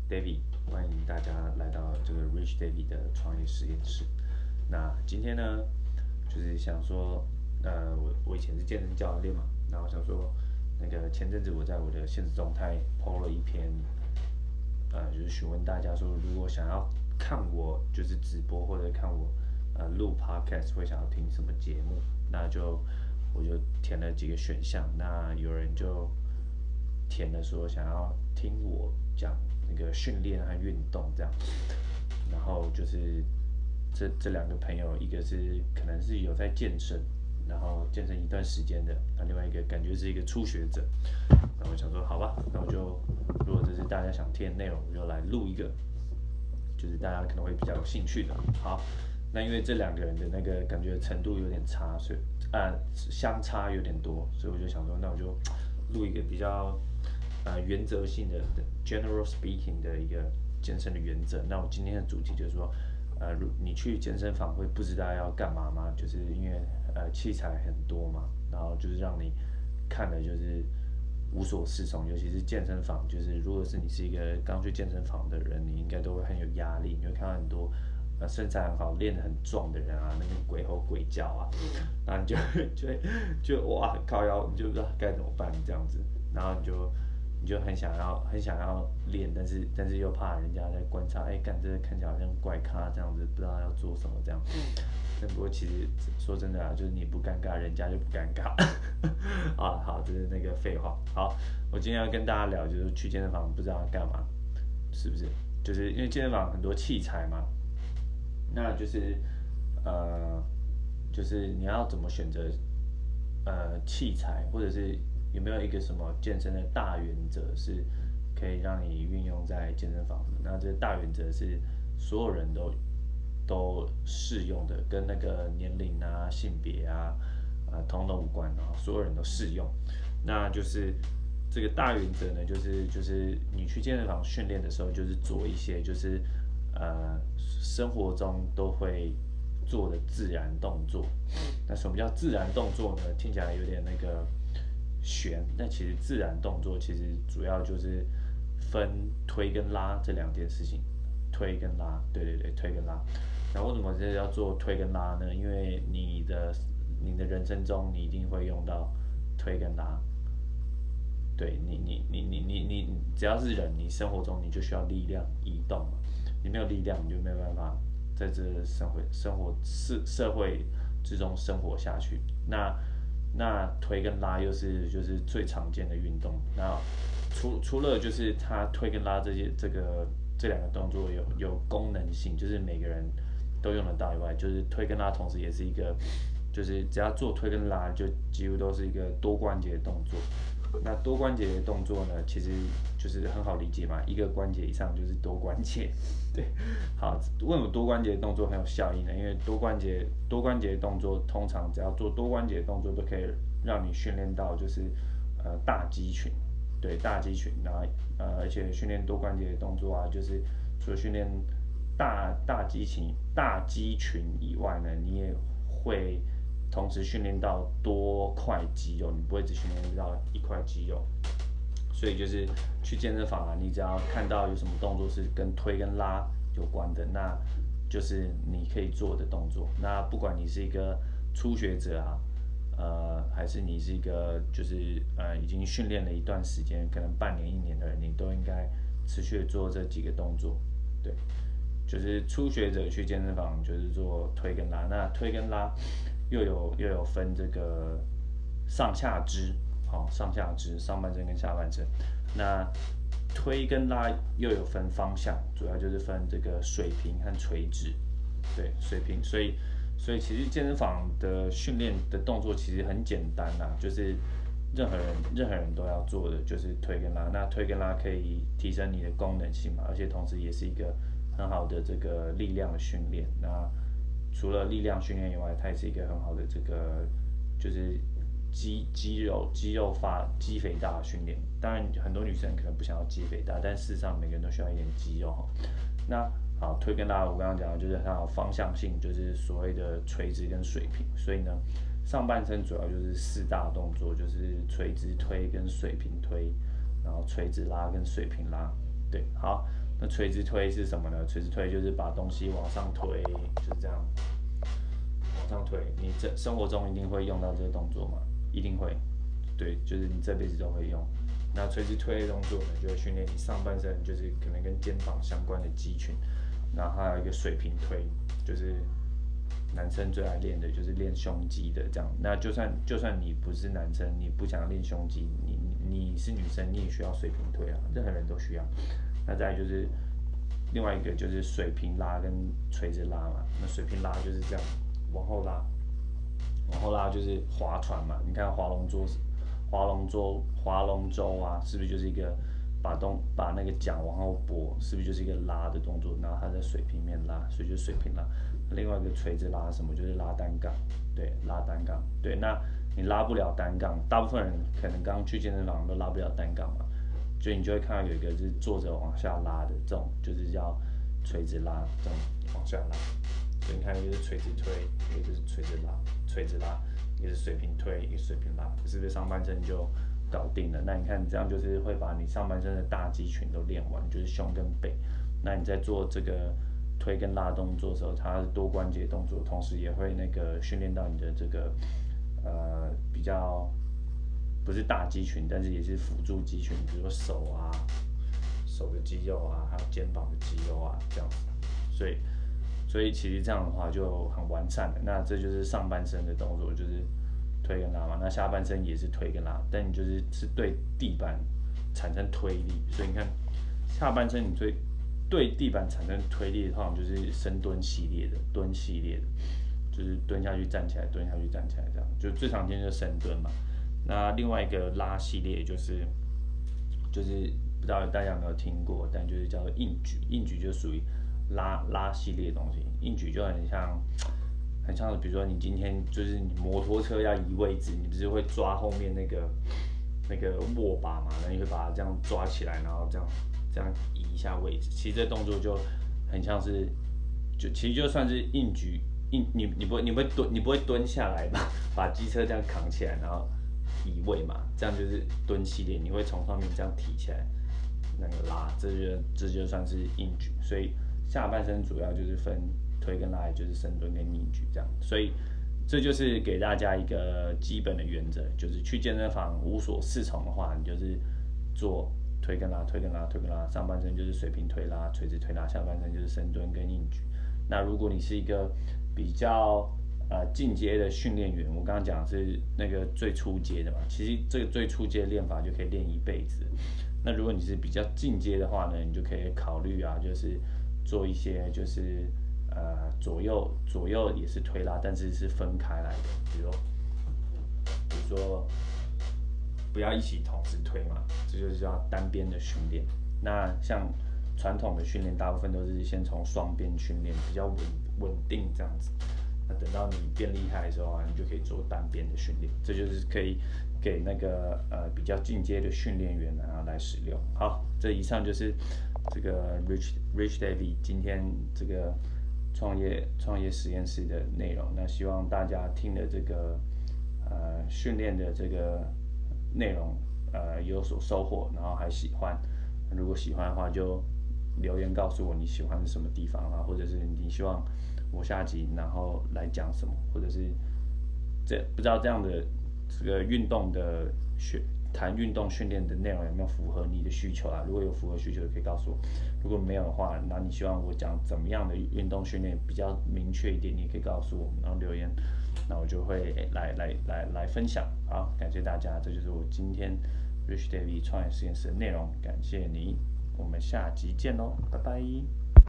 David，欢迎大家来到这个 Rich David 的创业实验室。那今天呢，就是想说，我以前是健身教练嘛，然后想说，那个前阵子我在我的现实动态 PO 了一篇，就是询问大家说，如果想要看我就是直播或者看我录 podcast 会想要听什么节目，我就填了几个选项，那有人就填了说想要听我讲那个训练和运动这样，然后就是这两个朋友，一个是可能是有在健身，然后健身一段时间的，那另外一个感觉是一个初学者，那我想说好吧，那我就如果这是大家想听的内容，我就来录一个，就是大家可能会比较有兴趣的。好，那因为这两个人的那个感觉程度有点差，所以相差有点多，所以我就想说，那我就录一个比较原则性的 general speaking 的一个健身的原则。那我今天的主题就是说，你去健身房会不知道要干嘛吗？就是因为器材很多嘛，然后就是让你看的就是无所适从，尤其是健身房，就是如果是你是一个刚去健身房的人，你应该都会很有压力，你会看到很多身材很好、练得很壮的人啊，那边鬼吼鬼叫啊，然后你就哇靠腰，你就不知道该怎么办这样子，然后你就很想要练，但是又怕人家在观察，哎，干这个看起来好像怪咖这样子，不知道要做什么这样。但不过其实说真的啊，就是你不尴尬，人家就不尴尬。啊，好，这是那个废话。好，我今天要跟大家聊，就是去健身房不知道要干嘛，是不是？就是因为健身房很多器材嘛，那就是呃，就是你要怎么选择器材，或者是有没有一个什么健身的大原则是可以让你运用在健身房的？那这大原则是所有人都适用的，跟那个年龄啊、性别啊、通通无关啊，所有人都适用。那就是这个大原则呢，就是你去健身房训练的时候，就是做一些就是生活中都会做的自然动作。那什么叫自然动作呢？听起来有点那个悬，但其实自然动作其实主要就是分推跟拉这两件事情。推跟拉，对对对，推跟拉。那为什么这要做推跟拉呢？因为你的人生中，你一定会用到推跟拉。对你，只要是人，你生活中你就需要力量移动嘛。你没有力量，你就没有办法在这社会之中生活下去。那推跟拉又是就是最常见的运动。那除了就是它推跟拉这两个动作有功能性，就是每个人都用得到以外，就是推跟拉同时也是一个，就是只要做推跟拉，就几乎都是一个多关节的动作。那多关节的动作呢，其实就是很好理解嘛，一个关节以上就是多关节。对，好，为什么多关节的动作很有效益呢？因为多关节的动作通常只要做多关节的动作，都可以让你训练到就是大肌群，对大肌群，然后而且训练多关节的动作啊，就是除了训练大肌群以外呢，你也会同时训练到多块肌肉，你不会只训练到一块肌肉。所以就是去健身房啊，你只要看到有什么动作是跟推跟拉有关的，那就是你可以做的动作。那不管你是一个初学者啊，还是你是一个就是已经训练了一段时间，可能半年一年的人，你都应该持续的做这几个动作。对，就是初学者去健身房就是做推跟拉，那推跟拉又有分这个上下肢，好、上下肢上半身跟下半身。那推跟拉又有分方向，主要就是分这个水平和垂直。对，水平，所以其实健身房的训练的动作其实很简单啦，就是任何人都要做的，就是推跟拉。那推跟拉可以提升你的功能性嘛，而且同时也是一个很好的这个力量的训练。那除了力量训练以外，它也是一个很好的这个就是肌肥大的训练。当然，很多女生可能不想要肌肥大，但事实上每个人都需要一点肌肉。那好，推跟拉我刚刚讲的就是它有方向性，就是所谓的垂直跟水平。所以呢，上半身主要就是四大动作，就是垂直推跟水平推，然后垂直拉跟水平拉。对，好， 那垂直推是什么呢？垂直推就是把东西往上推，就是这样往上推。你这生活中一定会用到这个动作嘛？一定会，对，就是你这辈子都会用。那垂直推的动作呢，就会训练你上半身，就是可能跟肩膀相关的肌群。然后还有一个水平推，就是男生最爱练的，就是练胸肌的这样。那就算你不是男生，你不想练胸肌，你是女生，你也需要水平推啊，任何人都需要。那再来就是另外一个就是水平拉跟垂直拉嘛。那水平拉就是这样往后拉，往后拉就是划船嘛。你看划龙舟啊，是不是就是一个把那个桨往后拨，是不是就是一个拉的动作？然后它在水平面拉，所以就是水平拉。另外一个垂直拉什么？就是拉单杠，对，拉单杠。对，那你拉不了单杠，大部分人可能刚去健身房都拉不了单杠嘛，所以你就会看到有一个是坐着往下拉的这种，就是叫垂直拉，这种往下拉。所以你看，一个是垂直推，一个就是垂直拉，一个是水平推，一个水平拉，是不是上半身就搞定了？那你看这样就是会把你上半身的大肌群都练完，就是胸跟背。那你在做这个推跟拉动作的时候，它是多关节动作，同时也会那个训练到你的这个比较不是大肌群，但是也是辅助肌群，比如说手的肌肉啊，还有肩膀的肌肉啊这样子。所以其实这样的话就很完善了。那这就是上半身的动作，就是推跟拉嘛。那下半身也是推跟拉，但你是对地板产生推力。所以你看下半身你对地板产生推力的话，就是深蹲系列的，就是蹲下去站起来，蹲下去站起来这样。就最常见就是深蹲嘛。那另外一个拉系列就是不知道大家有没有听过，但就是叫做硬举，硬举就属于拉系列的东西。硬举就很像，比如说你今天就是你摩托车要移位置，你不是会抓后面那个握把嘛，然后你会把它这样抓起来，然后这样移一下位置。其实这动作就很像是，其实就算是硬举，你不会蹲下来吧，把机车这样扛起来，然后移位嘛，这样就是蹲系列，你会从上面这样提起来，那个拉，这就算是硬举。所以下半身主要就是分推跟拉，也就是深蹲跟硬举这样。所以这就是给大家一个基本的原则，就是去健身房无所适从的话，你就是做推跟拉，推跟拉，推跟拉，上半身就是水平推拉、垂直推拉，下半身就是深蹲跟硬举。那如果你是一个比较进阶的训练员，我刚刚讲的是那个最初阶的嘛，其实这个最初阶的练法就可以练一辈子。那如果你是比较进阶的话呢，你就可以考虑啊，就是做一些就是左右也是推拉，但是是分开来的，比如说不要一起同时推嘛，这就是叫单边的训练。那像传统的训练，大部分都是先从双边训练，比较稳定这样子。那等到你变厉害的时候啊，你就可以做单边的训练，这就是可以给那个比较进阶的训练员啊来使用。好，这以上就是这个 Rich David 今天这个创业实验室的内容。那希望大家听的这个训练的这个内容有所收获，然后还喜欢。如果喜欢的话，就留言告诉我你喜欢什么地方啊，或者是你希望我下集然后来讲什么，或者是不知道这样的这个运动的谈运动训练的内容有没有符合你的需求啊？如果有符合需求，可以告诉我；如果没有的话，那你希望我讲怎么样的运动训练比较明确一点，你也可以告诉我，然后留言，那我就会来分享。好，感谢大家，这就是我今天 Rich David 创业实验室的内容，感谢你，我们下集见喽，拜拜。